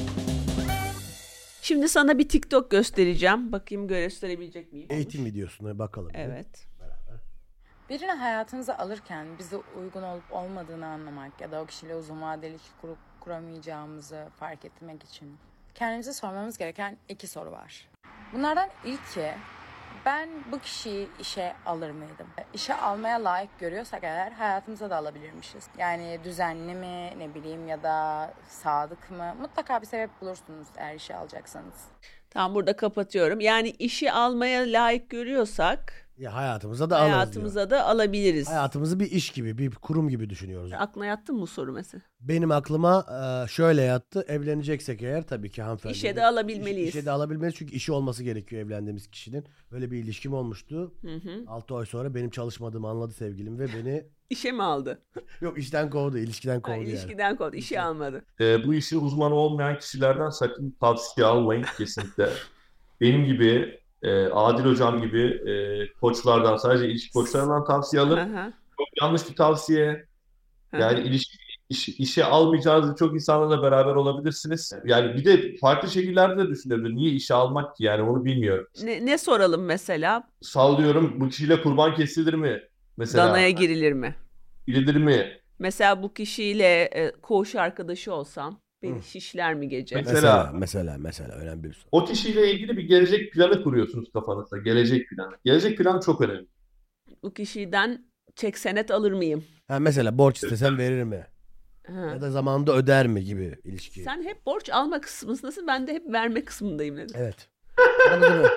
Şimdi sana bir TikTok göstereceğim. Bakayım gösterebilecek miyim? Eğitim videosuna bakalım. Evet. Birini hayatınıza alırken bize uygun olup olmadığını anlamak ya da o kişiyle uzun vadeli ilişki kuramayacağımızı fark etmek için kendimize sormamız gereken 2 soru var. Bunlardan ilki, ben bu kişiyi işe alır mıydım? İşe almaya layık görüyorsak eğer hayatımıza da alabilirmişiz. Yani düzenli mi, ne bileyim, ya da sadık mı? Mutlaka bir sebep bulursunuz eğer işe alacaksanız. Tamam, burada kapatıyorum. Yani işi almaya layık görüyorsak Ya hayatımıza da alırız diyor. hayatımıza da alabiliriz. Hayatımızı bir iş gibi, bir kurum gibi düşünüyoruz. Aklına yattı mı bu soru mesela? Benim aklıma şöyle yattı. Evleneceksek eğer tabii ki hanımefendi. İşe de alabilmeliyiz. İşe de alabilmeliyiz çünkü işi olması gerekiyor evlendiğimiz kişinin. Böyle bir ilişkim olmuştu. 6 ay sonra benim çalışmadığımı anladı sevgilim ve beni İşe mi aldı? yok işten kovdu, ilişkiden kovdu Ha, yani. ilişkiden kovdu. İşe almadı. Bu işi uzmanı olmayan kişilerden sakın tavsiye almayın kesinlikle. Benim gibi, Adil Hocam gibi koçlardan, sadece ilişki koçlarından tavsiye alın. Aha, Çok yanlış bir tavsiye. aha. Yani işe almayacağınız çok insanlarla beraber olabilirsiniz. Yani bir de farklı şekillerde de düşünebilir. Niye işe almak ki? Yani onu bilmiyorum. Ne soralım mesela? Sallıyorum, bu kişiyle kurban kesilir mi? Mesela Danaya girilir mi? girilir mi? Mesela bu kişiyle koğuş arkadaşı olsam beni şişler mi gece? Mesela önemli bir soru. O kişiyle ilgili bir gelecek planı kuruyorsunuz kafanızda. Gelecek planı. Gelecek planı çok önemli. Bu kişiden çek senet alır mıyım? Ha mesela borç istesem verir mi? Ha. Ya da zamanında öder mi gibi ilişki. Sen hep borç alma kısmındasın, ben de hep verme kısmındayım dedim. Evet. Aramızda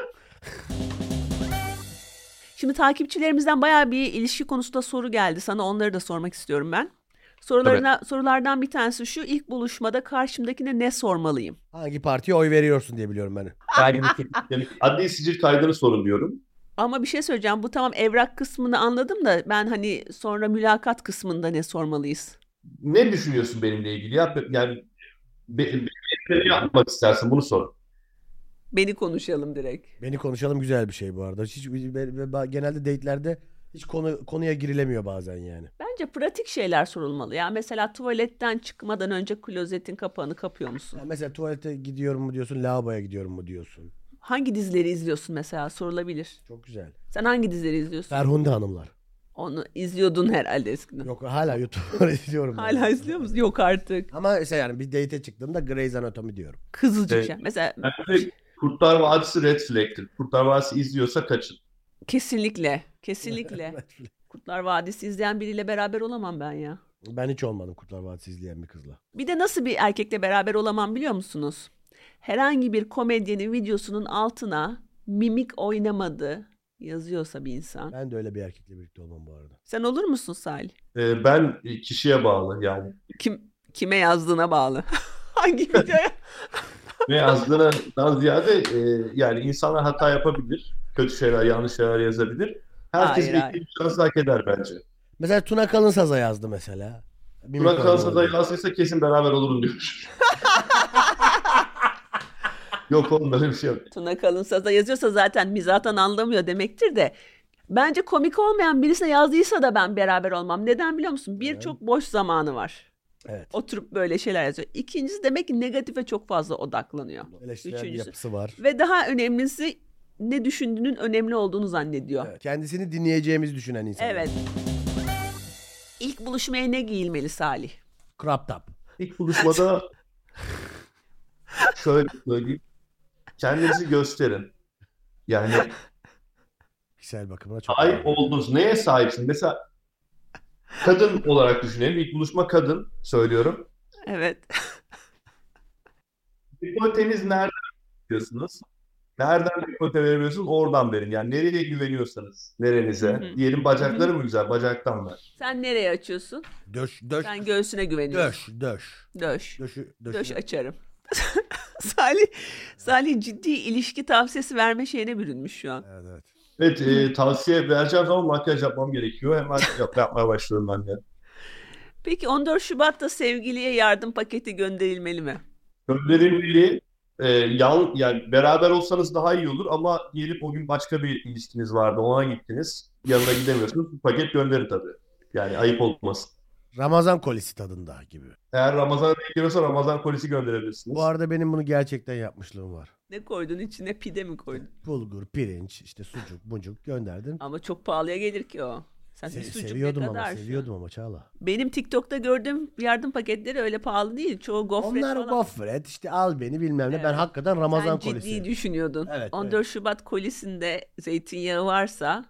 Şimdi takipçilerimizden bayağı bir ilişki konusunda soru geldi. Sana onları da sormak istiyorum ben. Sorulardan bir tanesi şu: ilk buluşmada karşımdakine ne sormalıyım? hangi partiye oy veriyorsun diye biliyorum ben. Yani adli sicil kaydını sorun diyorum. Ama bir şey söyleyeceğim. Bu tamam, evrak kısmını anladım da ben hani sonra mülakat kısmında ne sormalıyız? Ne düşünüyorsun benimle ilgili? Yani ne yapmak istersin? Bunu sor. Beni konuşalım direkt. Beni konuşalım güzel bir şey bu arada. Genelde date'lerde hiç konuya girilemiyor bazen yani. Bence pratik şeyler sorulmalı. Ya mesela tuvaletten çıkmadan önce klozetin kapağını kapıyor musun? Yani mesela tuvalete gidiyorum mu diyorsun, lavaboya gidiyorum mu diyorsun. Hangi dizileri izliyorsun mesela, sorulabilir. Çok güzel. Sen hangi dizileri izliyorsun? Ferhunde Hanımlar. Onu izliyordun herhalde eskiden. Yok hala YouTube'da izliyorum. ben. Hala izliyor musun? Yok artık. Ama mesela yani bir date'e çıktığımda Grey's Anatomy diyorum. Kızılcık Evet. şey. Mesela Bence Kurtlar Vadisi red flag'tir. Kurtlar Vadisi izliyorsa kaçın. kesinlikle. Kurtlar Vadisi izleyen biriyle beraber olamam ben ya. Ben hiç olmadım Kurtlar Vadisi izleyen bir kızla. Bir de nasıl bir erkekle beraber olamam biliyor musunuz? Herhangi bir komedyenin videosunun altına mimik oynamadı yazıyorsa bir insan. Ben de öyle bir erkekle birlikte olmam bu arada. Sen olur musun Salih? Ben kişiye bağlı yani. Kime yazdığına bağlı. Hangi videoya? Ne yazdığından ziyade yani insanlar hata yapabilir. Kötü şeyler, yanlış şeyler yazabilir. Herkes Hayır, bir hayır. şans hak eder bence. Mesela Tuna Kalınsaz'a yazdı mesela. Burak Kalsa da yazdıysa kesin beraber olurum diyor. Yok oğlum, öyle bir şey yok. Tuna Kalınsaz'a yazıyorsa zaten mizahtan anlamıyor demektir de. Bence komik olmayan birisine yazdıysa da ben beraber olmam. Neden biliyor musun? Çok boş zamanı var. Evet. Oturup böyle şeyler yazıyor. İkincisi, demek ki negatife çok fazla odaklanıyor. Eleştirel bir Üçüncüsü. yapısı var. Ve daha önemlisi, ne düşündüğünün önemli olduğunu zannediyor. Evet, kendisini dinleyeceğimizi düşünen insan. Evet. İlk buluşmaya ne giyilmeli Salih? Crop top. İlk buluşmada şöyle söyleyeyim. Kendinizi gösterin. Yani Kişisel bakımına çok sahip önemli. olduğunuz neye sahipsin? Mesela kadın olarak düşünelim. İlk buluşma kadın söylüyorum. Evet. Dekolteniz nereden veriyorsunuz? Nereden dekolte veriyorsunuz? Oradan verin. Yani nereye güveniyorsanız. Nerenize. Hı hı. Diyelim bacakları mı güzel? Bacaktan ver. Sen nereye açıyorsun? Döş. Sen göğsüne güveniyorsun. Döş. Döş. Döşü. Döş açarım. Salih ciddi ilişki tavsiyesi verme şeyine bürünmüş şu an. Evet. Evet, tavsiye vereceğim zaman makyaj yapmam gerekiyor. Hemen yapmaya başlıyorum ben de. Peki 14 Şubat'ta sevgiliye yardım paketi gönderilmeli mi? Gönderilmeli. Yani beraber olsanız daha iyi olur ama diyelim o gün başka bir ilişkiniz vardı. Ona gittiniz. Yanına gidemiyorsunuz. Bir paket gönderin tabii. Yani ayıp olmasın. Ramazan kolisi tadında gibi. Eğer Ramazan'a denk geliyorsa Ramazan kolisi gönderebilirsiniz. Bu arada benim bunu gerçekten yapmışlığım var. Ne koydun içine? Pide mi koydun? Bulgur, pirinç, işte sucuk, bucuk gönderdim. Ama çok pahalıya gelir ki o. Sen bir sucuk ne Seviyordum kadar ama, şu an? seviyordum ama Çağla. Benim TikTok'ta gördüğüm yardım paketleri öyle pahalı değil. Çoğu gofret Onlar falan. gofret, işte al beni bilmem ne. Ben Evet. hakikaten Ramazan Sen kolisi. ciddi düşünüyordun. Evet, 14 Şubat kolisinde zeytinyağı varsa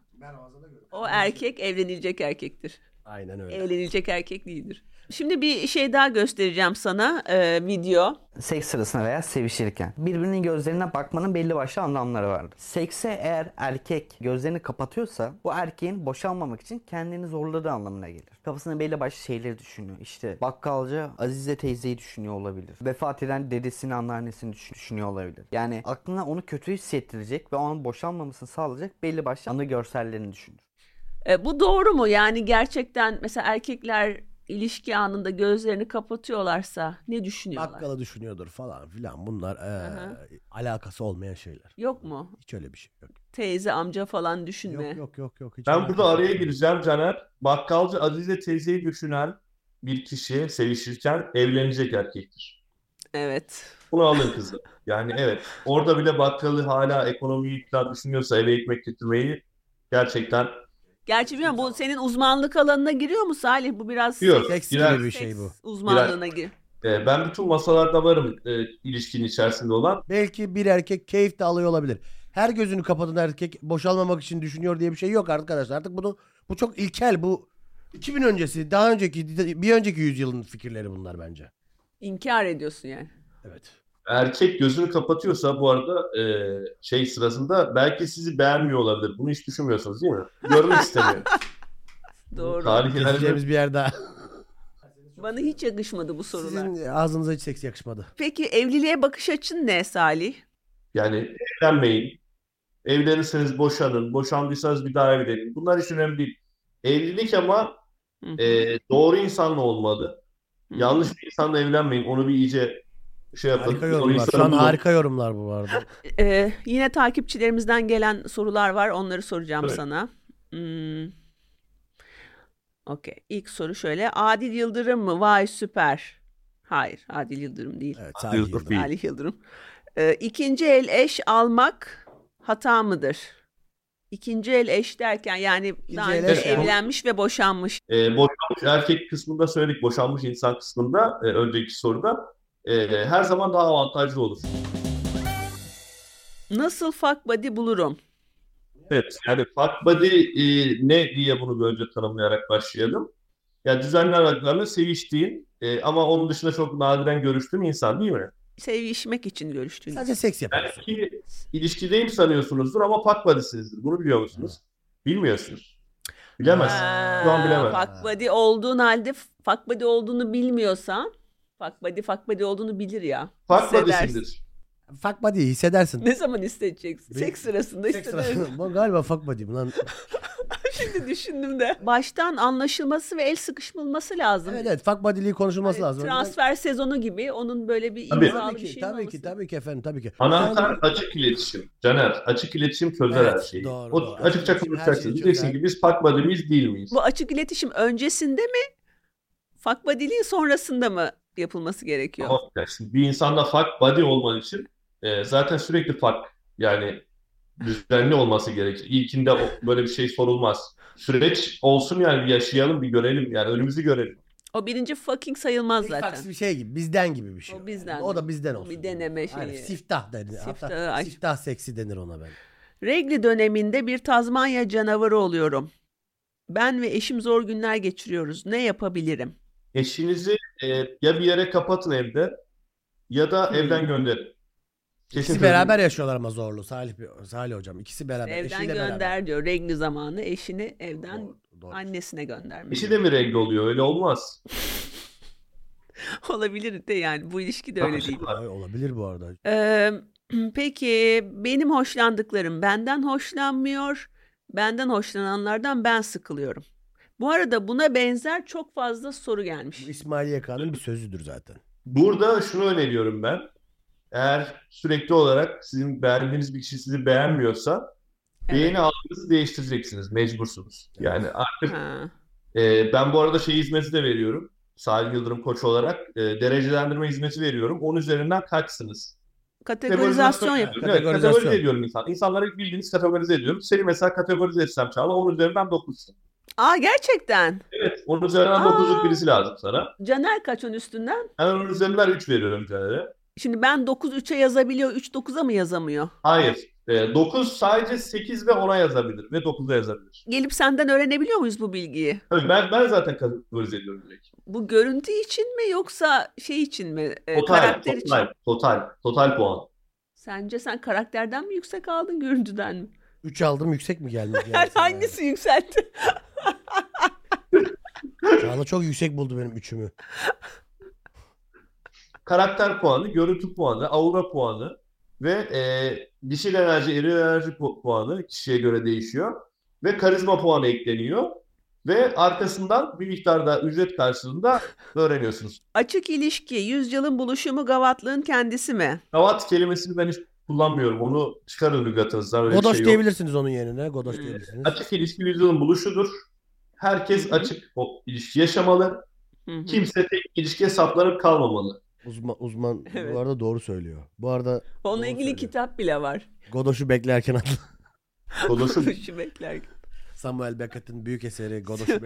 o erkek evlenilecek erkektir. Aynen öyle. Evlenilecek erkek değildir. Şimdi bir şey daha göstereceğim sana. Video. Seks sırasında veya sevişirken birbirinin gözlerine bakmanın belli başlı anlamları vardır. Sekse eğer erkek gözlerini kapatıyorsa bu erkeğin boşanmamak için kendini zorladığı anlamına gelir. Kafasında belli başlı şeyleri düşünüyor. İşte bakkalcı Azize teyzeyi düşünüyor olabilir. Vefat eden dedesini, anneannesini düşünüyor olabilir. Yani aklına onu kötü hissettirecek ve onun boşanmamasını sağlayacak belli başlı anı görsellerini düşünür. Bu doğru mu? Yani gerçekten mesela erkekler ilişki anında gözlerini kapatıyorlarsa ne düşünüyorlar? Bakkalı düşünüyordur falan filan. Bunlar Hı. alakası olmayan şeyler. Yok mu? Hiç öyle bir şey yok. Teyze, amca falan düşünme. Yok. Hiç Ben alakası burada araya yok. gireceğim Caner. Bakkalcı Azize teyzeyi düşünen bir kişi sevişirken evlenecek erkektir. Evet. Bunu alın kızı. Yani evet. Orada bile bakkalı hala ekonomiyi falan düşünüyorsa eve ekmek getirmeyi gerçekten Gerçi bilmiyorum bu senin uzmanlık alanına giriyor mu Salih? Bu biraz diyor. Seks Girer. gibi bir şey bu. uzmanlığına gir. Ben bütün masalarda varım ilişkinin içerisinde olan. Belki bir erkek keyif de alıyor olabilir. Her gözünü kapatan erkek boşalmamak için düşünüyor diye bir şey yok arkadaşlar. Artık bu çok ilkel. Bu 2000 öncesi, daha önceki, bir önceki yüzyılın fikirleri bunlar bence. İnkar ediyorsun yani. Evet. Erkek gözünü kapatıyorsa bu arada sırasında belki sizi beğenmiyor olabilir. Bunu hiç düşünmüyorsunuz değil mi? Görmek istemiyor. Doğru. Tarihlerinde Keseceğimiz bir yer daha. Bana hiç yakışmadı bu sorular. Sizin ağzınıza hiç seks yakışmadı. Peki evliliğe bakış açın ne Salih? yani evlenmeyin. Evlenirseniz boşanın. Boşandıysanız bir daha evlenin. Bunlar hiç önemli değil. Evlilik ama Hı hı. doğru insanla olmalı. Hı hı. Yanlış bir insanla evlenmeyin. Onu bir iyice yapın. Harika Doğru yorumlar. Şu insanı an bulun. harika yorumlar bu arada. Yine takipçilerimizden gelen sorular var. Onları soracağım Evet. sana. Okey. İlk soru şöyle. Adil Yıldırım mı? Vay süper. Hayır. Adil Yıldırım değil. Evet, Adil Salih Yıldırım Yıldırım. değil. Salih Yıldırım. İkinci el eş almak hata mıdır? İkinci el eş derken yani daha el önce eş yani. evlenmiş ve boşanmış. Boşanmış erkek kısmında söyledik. Boşanmış insan kısmında önceki soruda her zaman daha avantajlı olur. Nasıl fuck buddy bulurum? Evet. Yani fuck buddy ne diye bunu önce tanımlayarak başlayalım. Yani düzenli aralıklarla seviştiğin ama onun dışında çok nadiren görüştüğün insan değil mi? Sevişmek için görüştüğünüz. Sadece seks yapıyorsun. Belki ilişkideyim sanıyorsunuzdur ama fuck buddy'sinizdir. Bunu biliyor musunuz? Bilmiyorsunuz. Bilemezsin. Şu an bilemem. Fuck buddy olduğun halde fuck buddy olduğunu bilmiyorsan fuck buddy olduğunu bilir ya. Fuck Hissedersin. buddy'sindir. Fuck buddy hissedersin. Ne zaman hissedeceksin? Seks sırasında Seks hissedersin. sırasında. Bu galiba fuck buddy. Lan. Şimdi düşündüm de. Baştan anlaşılması ve el sıkışılması lazım. Evet, fuck buddy'liği konuşulması Hani lazım. transfer sezonu gibi onun böyle bir Tabii. imzalı Tabii bir ki, şey tabii ki efendim, tabii ki. Anahtar Yani- açık iletişim. Caner, açık iletişim çözer Evet, her şeyi. doğru, O doğru. açıkça Açık iletişim her konuşacaksınız. şeyi Diyeceksin çözer. ki biz fuck buddy miyiz değil miyiz? Bu açık iletişim öncesinde mi? Fuck buddy'liğin sonrasında mı yapılması gerekiyor? Ama yani şimdi bir insanda fuck buddy olman için zaten sürekli fuck yani düzenli olması gerekir. İlkinde böyle bir şey sorulmaz. Süreç olsun yani, bir yaşayalım, bir görelim yani, önümüzü görelim. O birinci fucking sayılmaz Fax zaten. bir şey gibi, bizden gibi bir şey. O bizden. O da bizden O olsun. bir deneme Aynen, şeyi. siftah denir. Siftahı Hatta aç. siftah seksi denir ona ben. Regli döneminde bir Tazmanya canavarı oluyorum. Ben ve eşim zor günler geçiriyoruz. Ne yapabilirim? Eşinizi ya bir yere kapatın evde ya da evden gönderin. İkisi beraber yaşıyorlar ama zorlu. Salih hocam. İkisi beraber. Evden Eşiyle gönder beraber. diyor. Regli zamanı eşini evden Doğru. annesine göndermiş. Eşi de mi renkli oluyor? Öyle olmaz. Olabilir de yani bu ilişki de öyle değil. Ay, olabilir bu arada. Peki benim hoşlandıklarım benden hoşlanmıyor. Benden hoşlananlardan ben sıkılıyorum. Bu arada buna benzer çok fazla soru gelmiş. Bu İsmail YK'nın bir sözüdür zaten. Burada şunu öneriyorum ben. Eğer sürekli olarak sizin beğendiğiniz bir kişi sizi beğenmiyorsa beğeni algınızı değiştireceksiniz. Mecbursunuz. Yani artık Ha. ben bu arada hizmeti de veriyorum. Salih Yıldırım Koç olarak derecelendirme hizmeti veriyorum. 10 üzerinden kaçsınız? Kategorizasyon yap. Evet, kategorize ediyorum insan. İnsanları bildiğiniz kategorize ediyorum. Seni mesela kategorize etsem Çağla, 10 üzerinden 9'sun. Aa gerçekten. Evet, 10 üzerinden 9'luk birisi lazım sana. Caner kaç 10 üstünden? Ben 10 üzerinden 3 veriyorum Caner'e. Şimdi ben 9 3'e yazabiliyor, 3 9'a mı yazamıyor? Hayır. 9 sadece 8 ve 10'a yazabilir ve 9'a yazabilir. Gelip senden öğrenebiliyor muyuz bu bilgiyi? Evet, ben zaten kategorize ediyorum direkt. Bu görüntü için mi yoksa şey için mi? Karakter için. Total puan. Sence sen karakterden mi yüksek aldın, görüntüden mi? 3 aldım, yüksek mi gelmiş? Yani hangisi yükseltti? Çağla çok yüksek buldu benim 3'ümü. Karakter puanı, görüntü puanı, aura puanı ve dişil enerji, eril enerji puanı kişiye göre değişiyor. Ve karizma puanı ekleniyor. Ve arkasından bir miktarda ücret karşılığında öğreniyorsunuz. Açık ilişki, yüzyılın buluşumu, gavatlığın kendisi mi? Gavat kelimesini ben hiç kullanmıyorum. Onu çıkarın lügatınızdan. Öyle bir Godoş şey yok. diyebilirsiniz onun yerine. Godoş diyebilirsiniz. Açık ilişki yüzyılın buluşudur. Herkes açık o ilişki yaşamalı. Kimse tek ilişkiye saplanıp kalmamalı. Uzman Evet. bu arada doğru söylüyor. Bu arada Onunla doğru ilgili söylüyor. kitap bile var. Godoş'u beklerken adlı. Godoş'un Şu beklerken. Samuel Beckett'in büyük eseri Godoş'u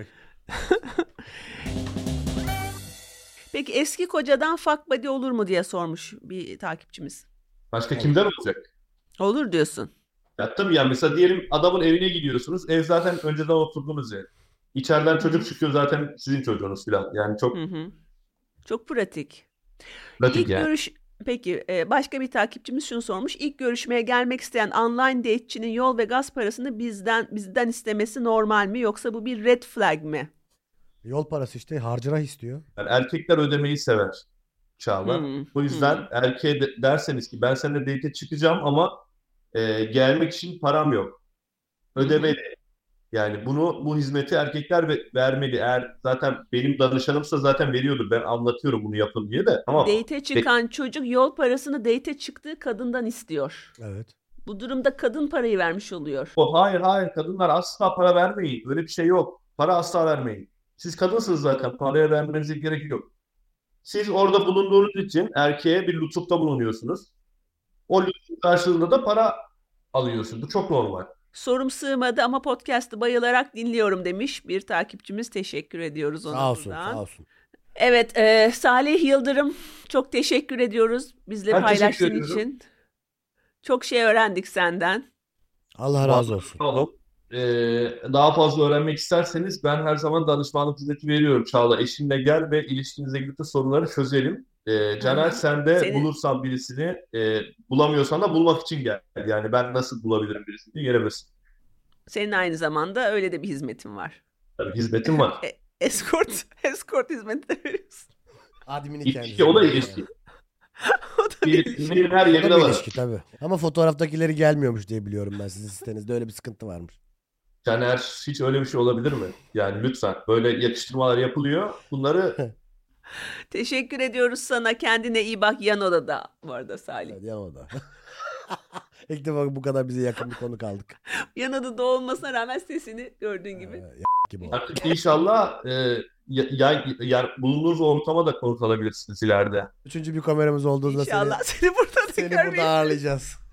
Peki eski kocadan fuck buddy olur mu diye sormuş bir takipçimiz. başka kimden olacak? Olur diyorsun. Ya tabii yani mesela diyelim adamın evine gidiyorsunuz. Ev zaten önceden oturduğunuz ev. İçeriden çocuk çıkıyor, zaten sizin çocuğunuz falan. Yani çok Çok pratik. pratik İlk yani. Peki başka bir takipçimiz şunu sormuş. İlk görüşmeye gelmek isteyen online date'çinin yol ve gaz parasını bizden istemesi normal mi, yoksa bu bir red flag mi? Yol parası işte, harcırah istiyor. Yani erkekler ödemeyi sever Çağla. O yüzden erkeğe derseniz ki ben seninle date'e çıkacağım ama gelmek için param yok. Ödemeli. Yani bu hizmeti erkekler vermeli. Eğer zaten benim danışanımsa zaten veriyordur. Ben anlatıyorum bunu yapın diye de. Ama Date'e çıkan çocuk yol parasını date'e çıktığı kadından istiyor. Evet. Bu durumda kadın parayı vermiş oluyor. hayır kadınlar asla para vermeyin. Öyle bir şey yok. Para asla vermeyin. Siz kadınsınız zaten. Paraya vermenize gerek yok. Siz orada bulunduğunuz için erkeğe bir lütufta bulunuyorsunuz. O lütuf karşılığında da para alıyorsun. Bu çok normal. Sorum sığmadı ama podcast'ı bayılarak dinliyorum demiş bir takipçimiz. Teşekkür ediyoruz ona Sağ olsun, buradan. sağ olsun. Evet, Salih Yıldırım, çok teşekkür ediyoruz bizle Ben teşekkür paylaştığın ediyorum. için. Çok şey öğrendik senden. Allah razı olsun. Sağ olun. Daha fazla öğrenmek isterseniz ben her zaman danışmanlık hizmeti veriyorum Çağla. Eşinle gel ve ilişkinize ilgili sorunları çözelim. Caner, sen de bulursan birisini, bulamıyorsan da bulmak için gel. Yani ben nasıl bulabilirim birisini gelemezsin. Senin aynı zamanda öyle de bir hizmetin var. Tabii hizmetim var. Escort hizmeti de veriyorsun. Admin'i İlişki, kendisi. o da ilişki. O da bir ilişki. İlişkinin her O yerinde da bir var. ilişki tabii. Ama fotoğraftakileri gelmiyormuş diye biliyorum ben, sizin sitenizde öyle bir sıkıntı varmış. Caner, hiç öyle bir şey olabilir mi? Yani lütfen. Böyle yakıştırmalar yapılıyor. Bunları Teşekkür ediyoruz sana. Kendine iyi bak, yan odada bu arada Salih. Evet, yan oda. İlk defa bu kadar bize yakın bir konu kaldık. Yan odada olmasına rağmen sesini gördüğün gibi. Gibi oldu. artık inşallah bulunduğunuz ortama da konuk alabilirsiniz ileride. Üçüncü bir kameramız olduğunda İnşallah seni burada da seni burada görmeyiz. ağırlayacağız.